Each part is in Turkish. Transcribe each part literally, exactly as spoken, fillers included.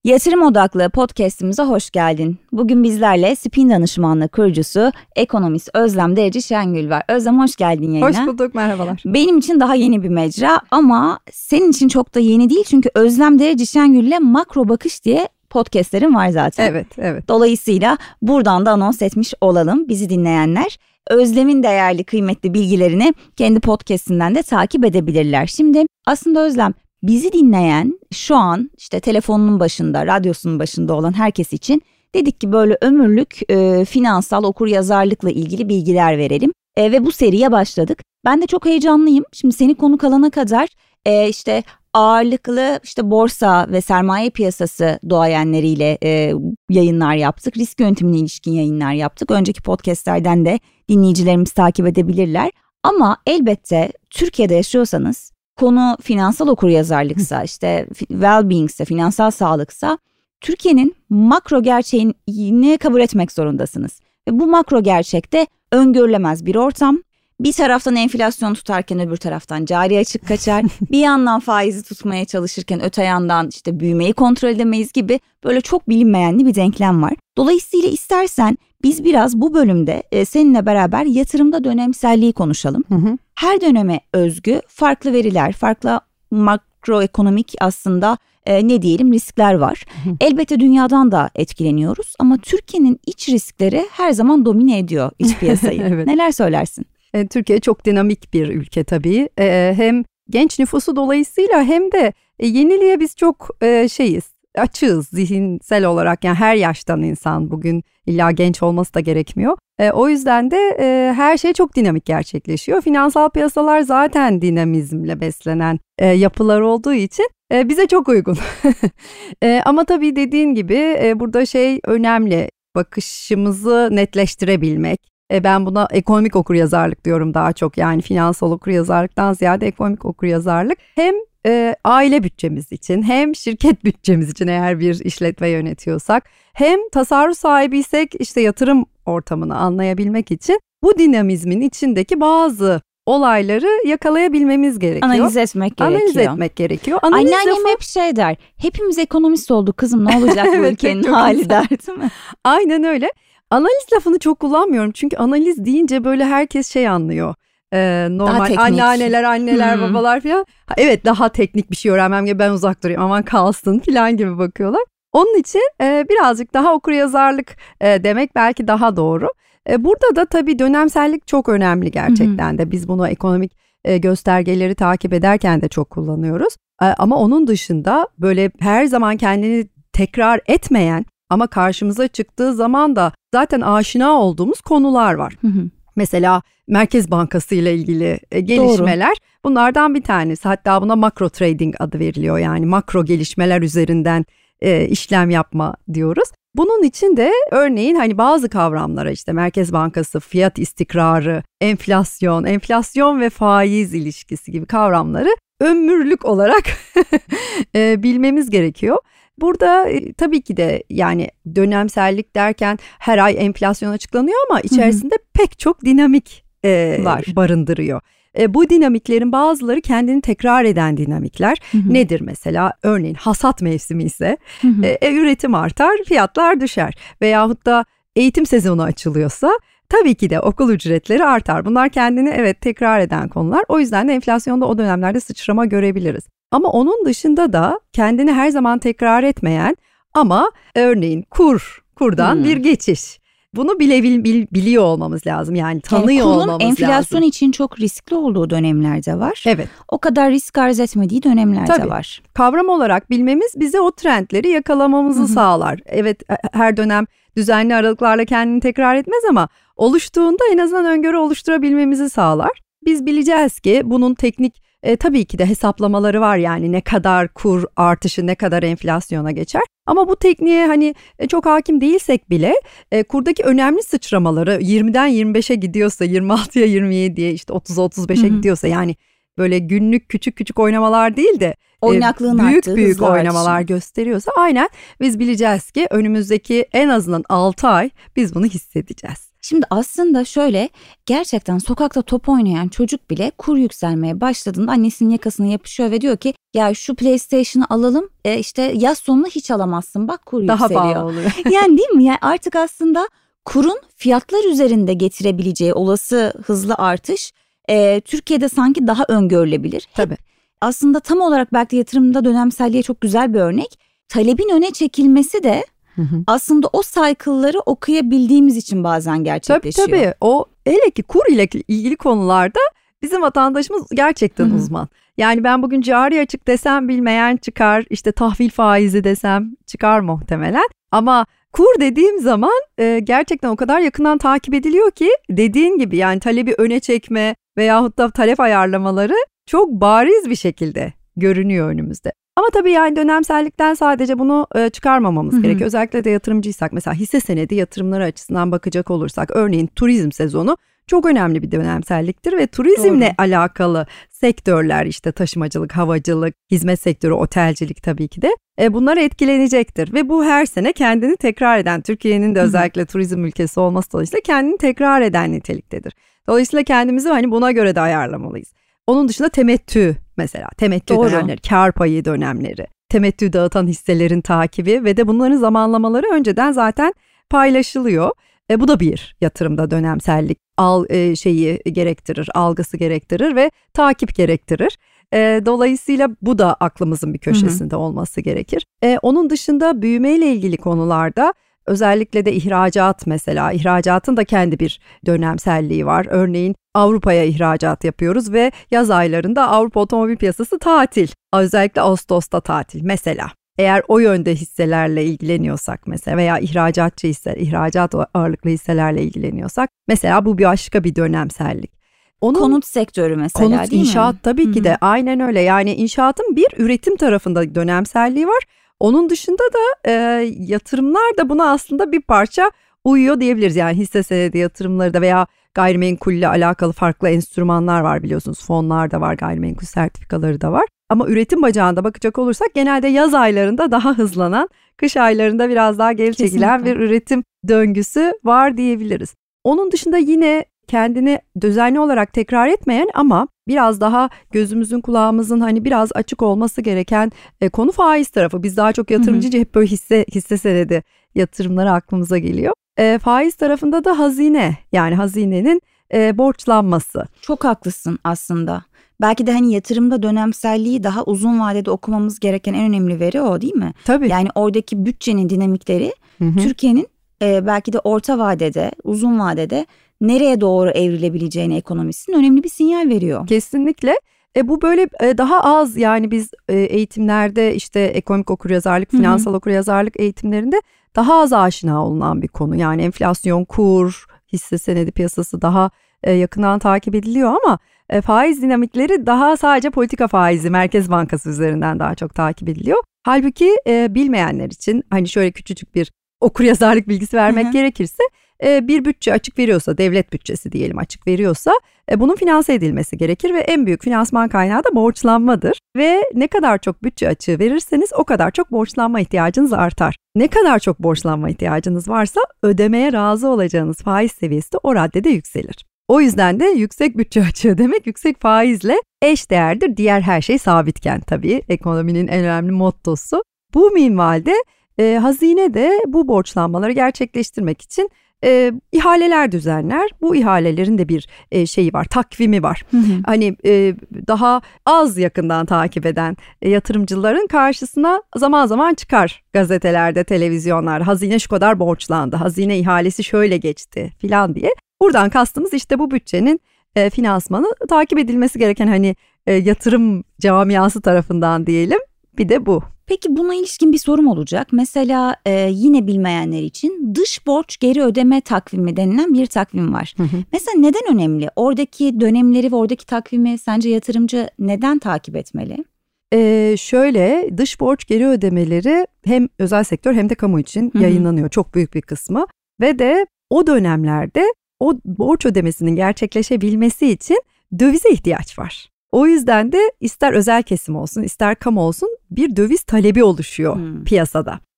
Yatırım Odaklı podcast'imize hoş geldin. Bugün bizlerle Spin Danışmanlığı kurucusu, ekonomist Özlem Dereci Şengül var. Özlem hoş geldin yayına. Hoş bulduk, merhabalar. Benim için daha yeni bir mecra ama senin için çok da yeni değil. Çünkü Özlem Dereci Şengül'le Makro Bakış diye podcast'lerin var zaten. Evet, evet. Dolayısıyla buradan da anons etmiş olalım bizi dinleyenler. Özlem'in değerli, kıymetli bilgilerini kendi podcast'inden de takip edebilirler. Şimdi aslında Özlem, bizi dinleyen şu an işte telefonunun başında, radyosunun başında olan herkes için dedik ki böyle ömürlük e, finansal okuryazarlıkla ilgili bilgiler verelim. E, ve bu seriye başladık. Ben de çok heyecanlıyım. Şimdi seni konuk alana kadar e, işte ağırlıklı işte borsa ve sermaye piyasası duayenleriyle e, yayınlar yaptık. Risk yönetimine ilişkin yayınlar yaptık. Önceki podcastlerden de dinleyicilerimiz takip edebilirler. Ama elbette Türkiye'de yaşıyorsanız, konu finansal okuryazarlıksa, işte well-being'se, finansal sağlıksa Türkiye'nin makro gerçeğini kabul etmek zorundasınız. Ve bu makro gerçekte öngörülemez bir ortam. Bir taraftan enflasyon tutarken öbür taraftan cari açık kaçar. Bir yandan faizi tutmaya çalışırken öte yandan işte büyümeyi kontrol edemeyiz gibi böyle çok bilinmeyenli bir denklem var. Dolayısıyla istersen biz biraz bu bölümde e, seninle beraber yatırımda dönemselliği konuşalım. Hı hı. Her döneme özgü farklı veriler, farklı makroekonomik aslında e, ne diyelim riskler var. Hı hı. Elbette dünyadan da etkileniyoruz ama Türkiye'nin iç riskleri her zaman domine ediyor iç piyasayı. Evet. Neler söylersin? Türkiye çok dinamik bir ülke tabii. Hem genç nüfusu dolayısıyla hem de yeniliğe biz çok şeyiz, açığız zihinsel olarak. Yani her yaştan insan, bugün illa genç olması da gerekmiyor. O yüzden de her şey çok dinamik gerçekleşiyor. Finansal piyasalar zaten dinamizmle beslenen yapılar olduğu için bize çok uygun. Ama tabii dediğin gibi burada şey önemli, bakışımızı netleştirebilmek. Ben buna ekonomik okuryazarlık diyorum daha çok, yani finansal okuryazarlıktan ziyade ekonomik okuryazarlık. Hem e, aile bütçemiz için hem şirket bütçemiz için eğer bir işletme yönetiyorsak, hem tasarruf sahibiysek işte yatırım ortamını anlayabilmek için bu dinamizmin içindeki bazı olayları yakalayabilmemiz gerekiyor. Analiz etmek gerekiyor. Analiz etmek gerekiyor. Analiz Anneannem lafı... hep şey der, hepimiz ekonomist olduk kızım, ne olacak bu evet, ülkenin hali der, değil mi? Aynen öyle. Analiz lafını çok kullanmıyorum çünkü analiz deyince böyle herkes şey anlıyor. Ee, normal anneanneler, anneler, hmm. babalar falan. Ha, evet, daha teknik bir şey öğrenmem gibi, ben uzak durayım aman kalsın falan gibi bakıyorlar. Onun için e, birazcık daha okuryazarlık e, demek belki daha doğru. E, burada da tabii dönemsellik çok önemli gerçekten hmm. de. Biz bunu ekonomik e, göstergeleri takip ederken de çok kullanıyoruz. E, ama onun dışında böyle her zaman kendini tekrar etmeyen ama karşımıza çıktığı zaman da zaten aşina olduğumuz konular var. Hı hı. Mesela Merkez Bankası ile ilgili gelişmeler. Doğru. Bunlardan bir tanesi. Hatta buna makro trading adı veriliyor. Yani makro gelişmeler üzerinden e, işlem yapma diyoruz. Bunun için de örneğin hani bazı kavramlara, işte Merkez Bankası, fiyat istikrarı, enflasyon, enflasyon ve faiz ilişkisi gibi kavramları ömürlük olarak e, bilmemiz gerekiyor. Burada e, tabii ki de yani dönemsellik derken her ay enflasyon açıklanıyor ama içerisinde Hı-hı. pek çok dinamik e, var, barındırıyor. E, bu dinamiklerin bazıları kendini tekrar eden dinamikler. Hı-hı. Nedir mesela? Örneğin hasat mevsimi ise e, üretim artar, fiyatlar düşer. Veyahut da eğitim sezonu açılıyorsa tabii ki de okul ücretleri artar. Bunlar kendini evet tekrar eden konular. O yüzden de enflasyonda o dönemlerde sıçrama görebiliriz. Ama onun dışında da kendini her zaman tekrar etmeyen ama örneğin kur, kurdan hmm. bir geçiş. Bunu bile bil, bil, biliyor olmamız lazım, yani tanıyor yani olmamız lazım. Enflasyon için çok riskli olduğu dönemlerde var. Evet. O kadar risk arz etmediği dönemlerde Tabii. var. Kavram olarak bilmemiz bize o trendleri yakalamamızı Hı-hı. sağlar. Evet, her dönem düzenli aralıklarla kendini tekrar etmez ama oluştuğunda en azından öngörü oluşturabilmemizi sağlar. Biz bileceğiz ki bunun teknik E, tabii ki de hesaplamaları var, yani ne kadar kur artışı, ne kadar enflasyona geçer. Ama bu tekniğe hani e, çok hakim değilsek bile e, kurdaki önemli sıçramaları yirmiden yirmi beşe gidiyorsa, yirmi altıya yirmi yediye, işte otuza otuz beşe gidiyorsa, yani böyle günlük küçük küçük oynamalar değil de oynaklığın e, büyük arttığı, büyük oynamalar artışı gösteriyorsa, aynen biz bileceğiz ki önümüzdeki en azından altı ay biz bunu hissedeceğiz. Şimdi aslında şöyle, gerçekten sokakta top oynayan çocuk bile kur yükselmeye başladığında annesinin yakasına yapışıyor ve diyor ki ya şu PlayStation'ı alalım, e işte yaz sonunu hiç alamazsın, bak kur Daha yükseliyor. pahalı oluyor. Yani değil mi? Yani artık aslında kurun fiyatlar üzerinde getirebileceği olası hızlı artış e, Türkiye'de sanki daha öngörülebilir. Tabii. Hep aslında tam olarak belki de yatırımda dönemselliğe çok güzel bir örnek. Talebin öne çekilmesi de hı hı. aslında o cycle'ları okuyabildiğimiz için bazen gerçekleşiyor. Tabii tabii. O hele ki kur ile ilgili konularda bizim vatandaşımız gerçekten hı hı. uzman. Yani ben bugün cari açık desem bilmeyen çıkar, işte tahvil faizi desem çıkar muhtemelen. Ama kur dediğim zaman e, gerçekten o kadar yakından takip ediliyor ki dediğin gibi yani talebi öne çekme veyahut da talep ayarlamaları çok bariz bir şekilde görünüyor önümüzde. Ama tabii yani dönemsellikten sadece bunu e, çıkarmamamız Hı-hı. gerekiyor. Özellikle de yatırımcıysak, mesela hisse senedi yatırımları açısından bakacak olursak, örneğin turizm sezonu çok önemli bir dönemselliktir ve turizmle Doğru. alakalı sektörler, işte taşımacılık, havacılık, hizmet sektörü, otelcilik tabii ki de e, bunlar etkilenecektir. Ve bu her sene kendini tekrar eden, Türkiye'nin de özellikle Hı-hı. turizm ülkesi olması dolayısıyla kendini tekrar eden niteliktedir. Dolayısıyla kendimizi hani buna göre de ayarlamalıyız. Onun dışında temettü mesela, temettü Doğru. dönemleri, kar payı dönemleri, temettü dağıtan hisselerin takibi ve de bunların zamanlamaları önceden zaten paylaşılıyor. E, bu da bir yatırımda dönemsellik al e, şeyi gerektirir, algısı gerektirir ve takip gerektirir. E, dolayısıyla bu da aklımızın bir köşesinde hı hı. olması gerekir. E, onun dışında büyümeyle ilgili konularda özellikle de ihracat, mesela ihracatın da kendi bir dönemselliği var. Örneğin Avrupa'ya ihracat yapıyoruz ve yaz aylarında Avrupa otomobil piyasası tatil. Özellikle Ağustos'ta tatil mesela. Eğer o yönde hisselerle ilgileniyorsak mesela veya ihracatçı hisse, ihracat ağırlıklı hisselerle ilgileniyorsak mesela bu bir başka bir dönemsellik. Onun, konut sektörü mesela konut, değil inşaat mi? tabii Hı-hı. ki de aynen öyle. Yani inşaatın bir üretim tarafında dönemselliği var. Onun dışında da e, yatırımlar da buna aslında bir parça uyuyor diyebiliriz. Yani hisse senedi yatırımları da veya gayrimenkulle alakalı farklı enstrümanlar var biliyorsunuz. Fonlar da var, gayrimenkul sertifikaları da var. Ama üretim bacağında bakacak olursak genelde yaz aylarında daha hızlanan, kış aylarında biraz daha geri çekilen bir üretim döngüsü var diyebiliriz. Onun dışında yine kendini düzenli olarak tekrar etmeyen ama biraz daha gözümüzün kulağımızın hani biraz açık olması gereken e, konu faiz tarafı. Biz daha çok yatırımcı hep böyle hisse hisse senedi yatırımları aklımıza geliyor. E, faiz tarafında da hazine, yani hazinenin e, borçlanması. Çok haklısın aslında. Belki de hani yatırımda dönemselliği daha uzun vadede okumamız gereken en önemli veri o, değil mi? Tabii. Yani oradaki bütçenin dinamikleri hı hı. Türkiye'nin e, belki de orta vadede, uzun vadede nereye doğru evrilebileceğini ekonomisinin önemli bir sinyal veriyor. Kesinlikle. E, bu böyle e, daha az, yani biz e, eğitimlerde işte ekonomik okuryazarlık, finansal okuryazarlık eğitimlerinde daha az aşina olunan bir konu. Yani enflasyon, kur, hisse senedi piyasası daha e, yakından takip ediliyor ama e, faiz dinamikleri daha sadece politika faizi, Merkez Bankası üzerinden daha çok takip ediliyor. Halbuki e, bilmeyenler için hani şöyle küçücük bir okuryazarlık bilgisi vermek hı hı. gerekirse e, bir bütçe açık veriyorsa, devlet bütçesi diyelim açık veriyorsa e, bunun finanse edilmesi gerekir ve en büyük finansman kaynağı da borçlanmadır. Ve ne kadar çok bütçe açığı verirseniz o kadar çok borçlanma ihtiyacınız artar. Ne kadar çok borçlanma ihtiyacınız varsa ödemeye razı olacağınız faiz seviyesi de o raddede yükselir. O yüzden de yüksek bütçe açığı demek yüksek faizle eş değerdir. Diğer her şey sabitken tabii, ekonominin en önemli mottosu. Bu minvalde e, hazine de bu borçlanmaları gerçekleştirmek için e, ihaleler düzenler. Bu ihalelerin de bir e, şeyi var, takvimi var. Hı hı. Hani e, daha az yakından takip eden e, yatırımcıların karşısına zaman zaman çıkar gazetelerde, televizyonlarda. Hazine şu kadar borçlandı, hazine ihalesi şöyle geçti filan diye. Buradan kastımız işte bu bütçenin e, finansmanı takip edilmesi gereken hani e, yatırım camiası tarafından diyelim. Bir de bu. Peki buna ilişkin bir sorum olacak. Mesela e, yine bilmeyenler için dış borç geri ödeme takvimi denilen bir takvim var. Hı hı. Mesela neden önemli? Oradaki dönemleri ve oradaki takvimi sence yatırımcı neden takip etmeli? Ee, şöyle, dış borç geri ödemeleri hem özel sektör hem de kamu için hı hı. yayınlanıyor. Çok büyük bir kısmı. Ve de o dönemlerde o borç ödemesinin gerçekleşebilmesi için dövize ihtiyaç var. O yüzden de ister özel kesim olsun ister kamu olsun bir döviz talebi oluşuyor hmm. piyasada.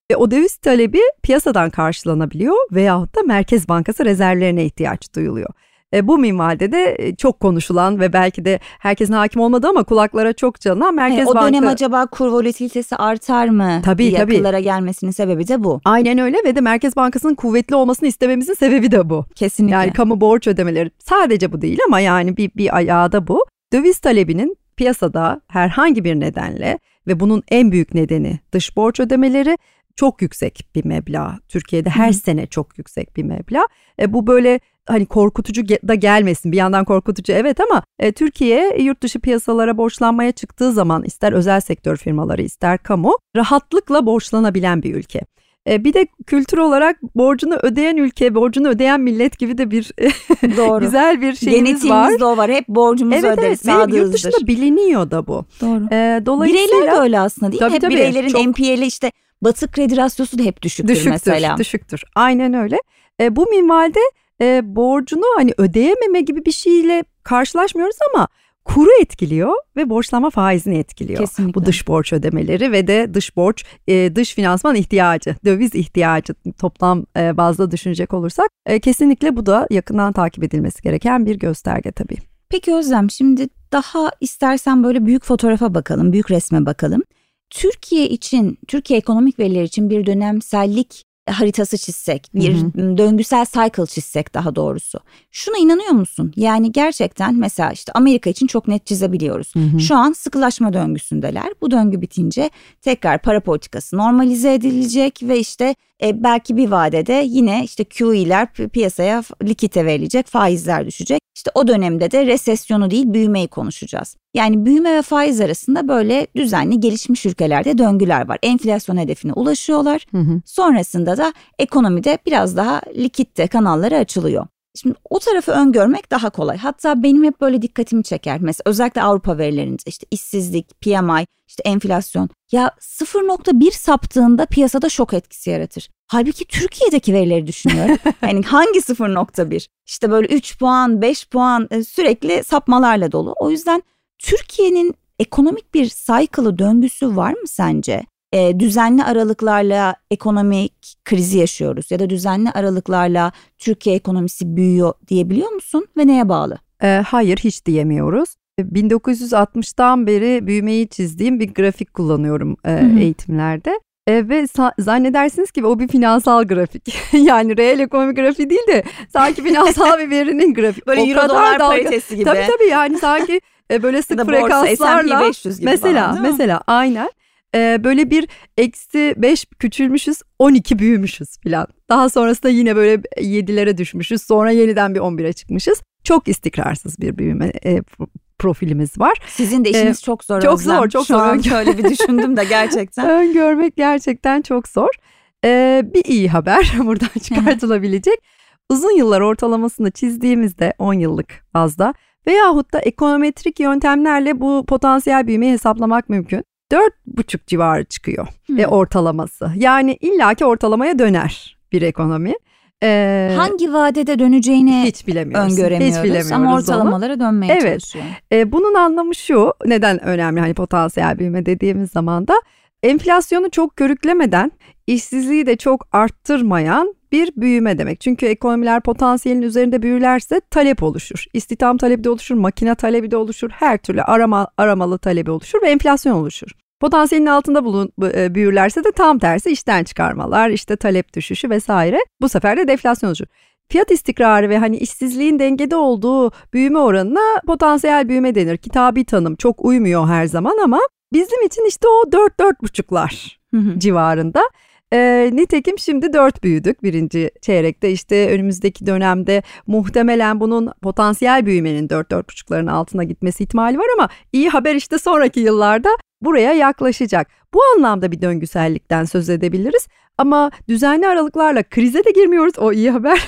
Ve o döviz talebi piyasadan karşılanabiliyor veyahut da Merkez Bankası rezervlerine ihtiyaç duyuluyor. E, bu minvalde de çok konuşulan ve belki de herkesin hakim olmadığı ama kulaklara çok çalınan Merkez e, o Bankası. O dönem acaba kur volatilitesi artar mı? Tabii tabii. Akıllara gelmesinin sebebi de bu. Aynen öyle ve de Merkez Bankası'nın kuvvetli olmasını istememizin sebebi de bu. Kesinlikle. Yani kamu borç ödemeleri sadece bu değil ama yani bir, bir ayağı da bu. Döviz talebinin piyasada herhangi bir nedenle ve bunun en büyük nedeni dış borç ödemeleri çok yüksek bir meblağ. Türkiye'de her Hı. sene çok yüksek bir meblağ. E, bu böyle hani korkutucu da gelmesin, bir yandan korkutucu evet ama e, Türkiye yurt dışı piyasalara borçlanmaya çıktığı zaman ister özel sektör firmaları ister kamu rahatlıkla borçlanabilen bir ülke. E, bir de kültür olarak borcunu ödeyen ülke, borcunu ödeyen millet gibi de bir Doğru. güzel bir şeyimiz Genetiğimizde var. Genetiğimizde o var, hep borcumuzu evet, öderiz, evet. sağdığızdır. Yurt dışında biliniyor da bu. Doğru. E, dolayısıyla bireyler de öyle aslında değil mi? Tabii, hep tabii, bireylerin çok... N P L'i işte batık kredi rasyosu da hep düşüktür, düşüktür mesela. Düşüktür, aynen öyle. E, bu minvalde e, borcunu hani ödeyememe gibi bir şeyle karşılaşmıyoruz ama kuru etkiliyor ve borçlanma faizini etkiliyor. Kesinlikle. Bu dış borç ödemeleri ve de dış borç, e, dış finansman ihtiyacı, döviz ihtiyacı toplam e, bazda düşünecek olursak e, kesinlikle bu da yakından takip edilmesi gereken bir gösterge tabii. Peki Özlem, şimdi daha istersen böyle büyük fotoğrafa bakalım, büyük resme bakalım. Türkiye için, Türkiye ekonomik verileri için bir dönemsellik haritası çizsek, bir hı hı. döngüsel cycle çizsek daha doğrusu. Şuna inanıyor musun? Yani gerçekten mesela işte Amerika için çok net çizebiliyoruz. Hı hı. Şu an sıkılaşma döngüsündeler. Bu döngü bitince tekrar para politikası normalize edilecek ve işte e, belki bir vadede yine işte Q E'ler piyasaya likite verilecek, faizler düşecek. İşte o dönemde de resesyonu değil büyümeyi konuşacağız. Yani büyüme ve faiz arasında böyle düzenli gelişmiş ülkelerde döngüler var. Enflasyon hedefine ulaşıyorlar. Hı hı. Sonrasında da ekonomide biraz daha likitte kanalları açılıyor. Şimdi o tarafı öngörmek daha kolay. Hatta benim hep böyle dikkatimi çeker. Mesela özellikle Avrupa verilerinde işte işsizlik, P M I, işte enflasyon. Ya sıfır nokta bir saptığında piyasada şok etkisi yaratır. Halbuki Türkiye'deki verileri düşünüyorum. Yani hangi sıfır nokta bir? İşte böyle üç puan, beş puan sürekli sapmalarla dolu. O yüzden Türkiye'nin ekonomik bir cycle'ı, döngüsü var mı sence? E, düzenli aralıklarla ekonomik krizi yaşıyoruz ya da düzenli aralıklarla Türkiye ekonomisi büyüyor diyebiliyor musun ve neye bağlı? E, hayır, hiç diyemiyoruz. bin dokuz yüz altmıştan beri büyümeyi çizdiğim bir grafik kullanıyorum e, eğitimlerde. E, ve sa- zannedersiniz ki o bir finansal grafik. Yani reel ekonomi grafiği değil de sanki finansal bir verinin grafiği. Böyle o euro dolar paritesi gibi. Tabii tabii, yani sanki e, böyle sık frekanslarla. beş yüz gibi mesela falan, mesela aynen. Ee, böyle bir eksi beş küçülmüşüz, on iki büyümüşüz falan. Daha sonrasında yine böyle yedilere düşmüşüz, sonra yeniden bir on bire çıkmışız. Çok istikrarsız bir büyüme e, profilimiz var. Sizin de işiniz ee, çok zor. Çok Özlem. zor, çok Şu zor. an şöyle bir düşündüm de gerçekten. Öngörmek gerçekten çok zor. Ee, bir iyi haber buradan çıkartılabilecek. Uzun yıllar ortalamasını çizdiğimizde on yıllık bazda veyahut da ekonometrik yöntemlerle bu potansiyel büyümeyi hesaplamak mümkün. dört buçuk civarı çıkıyor hmm. e, ortalaması. Yani illaki ortalamaya döner bir ekonomi. Ee, Hangi vadede döneceğini hiç bilemiyoruz. öngöremiyoruz. Hiç bilemiyoruz ama ortalamalara onu. dönmeye evet. çalışıyor. E, bunun anlamı şu, neden önemli hani potansiyel büyüme dediğimiz zaman da enflasyonu çok körüklemeden, işsizliği de çok arttırmayan bir büyüme demek. Çünkü ekonomiler potansiyelin üzerinde büyürlerse talep oluşur. İstihdam talebi de oluşur, makine talebi de oluşur, her türlü arama, aramalı talebi oluşur ve enflasyon oluşur. Potansiyelin altında bulun, büyürlerse de tam tersi işten çıkarmalar, işte talep düşüşü vesaire. Bu sefer de deflasyon oluşur. Fiyat istikrarı ve hani işsizliğin dengede olduğu büyüme oranına potansiyel büyüme denir. Kitabi tanım çok uymuyor her zaman ama bizim için işte o dört dört buçuklar civarında. E, nitekim şimdi dört büyüdük birinci çeyrekte, işte önümüzdeki dönemde muhtemelen bunun potansiyel büyümenin dört dört buçukların altına gitmesi ihtimali var ama iyi haber işte sonraki yıllarda buraya yaklaşacak. Bu anlamda bir döngüsellikten söz edebiliriz ama düzenli aralıklarla krize de girmiyoruz, o iyi haber.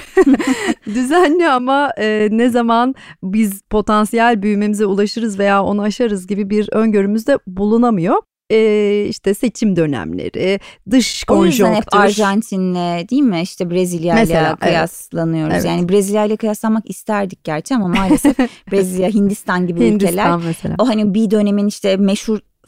Düzenli ama e, ne zaman biz potansiyel büyümemize ulaşırız veya onu aşarız gibi bir öngörümüz de bulunamıyor. Ee, işte seçim dönemleri, dış konjonktür. O yüzden hep Arjantin'le değil mi, işte Brezilya'yla kıyaslanıyoruz. Evet. Yani Brezilya'yla kıyaslanmak isterdik gerçi ama maalesef Brezilya, Hindistan gibi Hindistan ülkeler. Mesela. O hani bir dönemin işte meşhur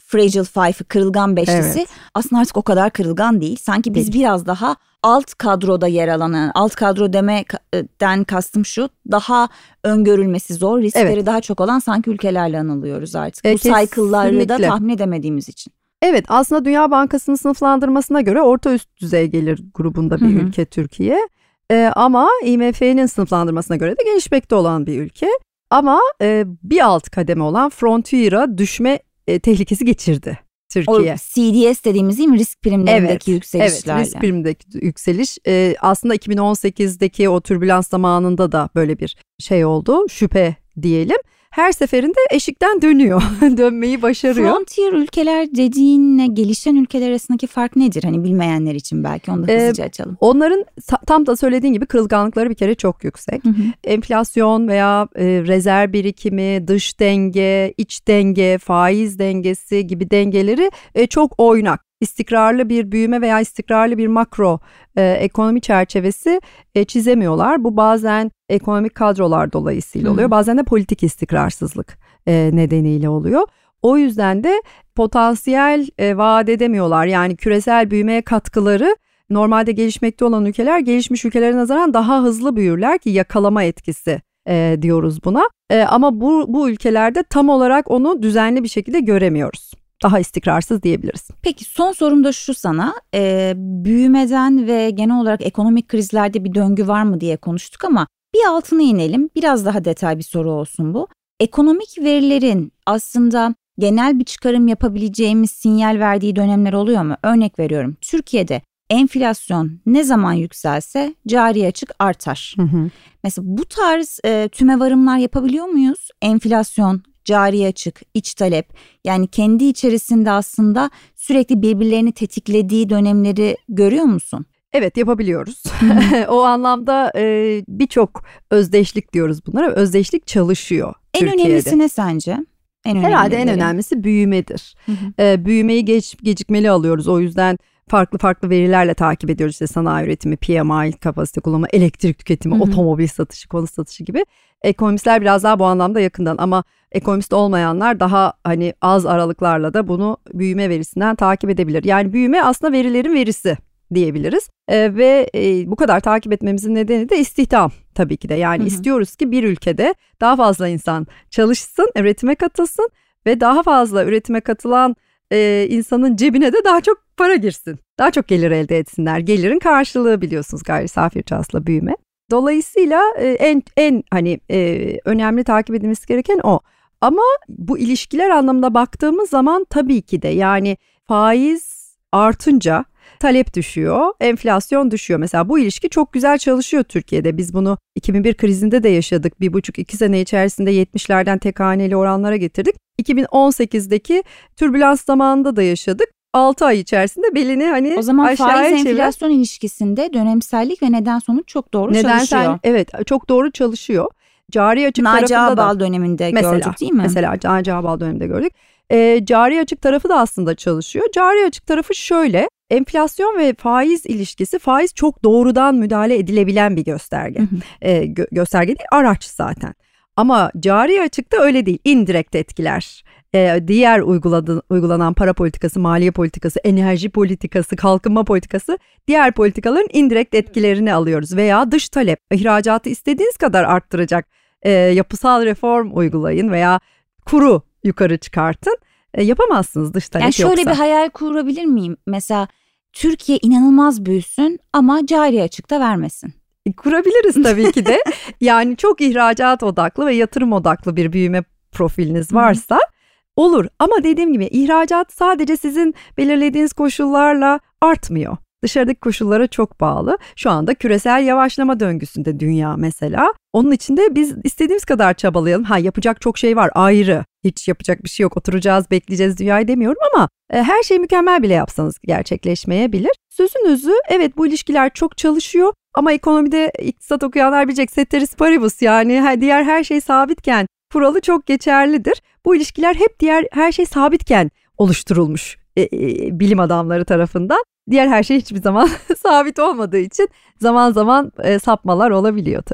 Fragile Five'ı, kırılgan beşlisi Evet. aslında artık o kadar kırılgan değil. Sanki biz Değil. biraz daha alt kadroda yer alan, yani alt kadro demeden kastım şu, daha öngörülmesi zor, riskleri Evet. daha çok olan sanki ülkelerle anılıyoruz artık. E, Bu cycle'ları da kesinlikle. tahmin edemediğimiz için. Evet, aslında Dünya Bankası'nın sınıflandırmasına göre orta üst düzey gelir grubunda bir Hı hı. ülke Türkiye. Ee, ama I M F'nin sınıflandırmasına göre de gelişmekte olan bir ülke. Ama e, bir alt kademe olan Frontier'a düşme e, tehlikesi geçirdi Türkiye. O C D S dediğimiz değil mi? Risk primlerindeki Evet, yükselişlerle. Evet, risk primindeki yükseliş. Ee, aslında iki bin on sekizdeki o türbülans zamanında da böyle bir şey oldu, şüphe diyelim. Her seferinde eşikten dönüyor, dönmeyi başarıyor. Frontier ülkeler dediğinle gelişen ülkeler arasındaki fark nedir? Hani bilmeyenler için belki onu da hızlıca ee, açalım. Onların tam da söylediğin gibi kırılganlıkları bir kere çok yüksek. Hı hı. Enflasyon veya e, rezerv birikimi, dış denge, iç denge, faiz dengesi gibi dengeleri e, çok oynak. İstikrarlı bir büyüme veya istikrarlı bir makro e, ekonomi çerçevesi e, çizemiyorlar. Bu bazen ekonomik kadrolar dolayısıyla oluyor. Bazen de politik istikrarsızlık e, nedeniyle oluyor. O yüzden de potansiyel e, vaat edemiyorlar. Yani küresel büyümeye katkıları normalde gelişmekte olan ülkeler gelişmiş ülkelere nazaran daha hızlı büyürler ki yakalama etkisi e, diyoruz buna. E, ama bu, bu ülkelerde tam olarak onu düzenli bir şekilde göremiyoruz. Daha istikrarsız diyebiliriz. Peki son sorum da şu sana, e, büyümeden ve genel olarak ekonomik krizlerde bir döngü var mı diye konuştuk ama bir altına inelim, biraz daha detay bir soru olsun bu. Ekonomik verilerin aslında genel bir çıkarım yapabileceğimiz sinyal verdiği dönemler oluyor mu? Örnek veriyorum, Türkiye'de enflasyon ne zaman yükselse cari açık artar. Hı hı. Mesela bu tarz e, tümevarımlar yapabiliyor muyuz? Enflasyon, cari açık, iç talep, yani kendi içerisinde aslında sürekli birbirlerini tetiklediği dönemleri görüyor musun? Evet, yapabiliyoruz. O anlamda e, birçok özdeşlik diyoruz bunlara. Özdeşlik çalışıyor en Türkiye'de. En önemlisi ne sence? En Herhalde en önemlisi büyümedir. Hı hı. E, büyümeyi geç, gecikmeli alıyoruz. O yüzden farklı farklı verilerle takip ediyoruz. İşte sanayi üretimi, P M I, kapasite kullanımı, elektrik tüketimi, hı hı. otomobil satışı, konut satışı gibi. Ekonomistler biraz daha bu anlamda yakından ama ekonomist olmayanlar daha hani az aralıklarla da bunu büyüme verisinden takip edebilir. Yani büyüme aslında verilerin verisi diyebiliriz. Ee, ve e, bu kadar takip etmemizin nedeni de istihdam tabii ki de. Yani hı hı. istiyoruz ki bir ülkede daha fazla insan çalışsın, üretime katılsın ve daha fazla üretime katılan e, insanın cebine de daha çok para girsin. Daha çok gelir elde etsinler. Gelirin karşılığı biliyorsunuz gayri safi iç hasıla büyüme. Dolayısıyla e, en en hani e, önemli takip edilmesi gereken o. Ama bu ilişkiler anlamında baktığımız zaman tabii ki de yani faiz artınca talep düşüyor, enflasyon düşüyor. Mesela bu ilişki çok güzel çalışıyor Türkiye'de. Biz bunu iki bin bir krizinde de yaşadık. Bir buçuk iki sene içerisinde yetmişlerden tek haneli oranlara getirdik. iki bin on sekizdeki türbülans zamanında da yaşadık. altı ay içerisinde belini hani o zaman aşağıya faiz çevir. enflasyon ilişkisinde dönemsellik ve neden sonuç çok doğru Nedensel, çalışıyor. Evet, çok doğru çalışıyor. Cari açık Naci tarafında Ağbal da döneminde mesela, gördük değil mi? Mesela Naci Ağbal döneminde gördük. E, cari açık tarafı da aslında çalışıyor. Cari açık tarafı şöyle: enflasyon ve faiz ilişkisi, faiz çok doğrudan müdahale edilebilen bir gösterge. Hı hı. E, gö- gösterge değil, araç zaten. Ama cari açıkta öyle değil, indirekt etkiler. E, diğer uyguladı, uygulanan para politikası, maliye politikası, enerji politikası, kalkınma politikası, diğer politikaların indirekt etkilerini alıyoruz. Veya dış talep, ihracatı istediğiniz kadar arttıracak e, yapısal reform uygulayın veya kuru yukarı çıkartın. E, yapamazsınız dış talep yoksa. Yani şöyle yoksa. bir hayal kurabilir miyim? Mesela Türkiye inanılmaz büyüsün ama cari açıkta vermesin. E, kurabiliriz tabii ki de. Yani çok ihracat odaklı ve yatırım odaklı bir büyüme profiliniz varsa olur. Ama dediğim gibi ihracat sadece sizin belirlediğiniz koşullarla artmıyor. Dışarıdaki koşullara çok bağlı. Şu anda küresel yavaşlama döngüsünde dünya mesela. Onun için de biz istediğimiz kadar çabalayalım. Ha, yapacak çok şey var, ayrı. Hiç yapacak bir şey yok. Oturacağız, bekleyeceğiz dünyayı demiyorum ama e, her şey mükemmel bile yapsanız gerçekleşmeyebilir. Sözün özü, evet, bu ilişkiler çok çalışıyor ama ekonomide iktisat okuyanlar bilecek, ceteris paribus, yani diğer her şey sabitken kuralı çok geçerlidir. Bu ilişkiler hep diğer her şey sabitken oluşturulmuş e, e, bilim adamları tarafından. Diğer her şey hiçbir zaman sabit olmadığı için zaman zaman e, sapmalar olabiliyor tabii.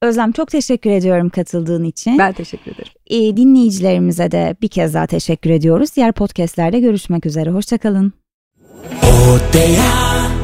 Özlem çok teşekkür ediyorum katıldığın için. Ben teşekkür ederim. E, dinleyicilerimize de bir kez daha teşekkür ediyoruz. Diğer podcastlerde görüşmek üzere. Hoşça kalın. Odea.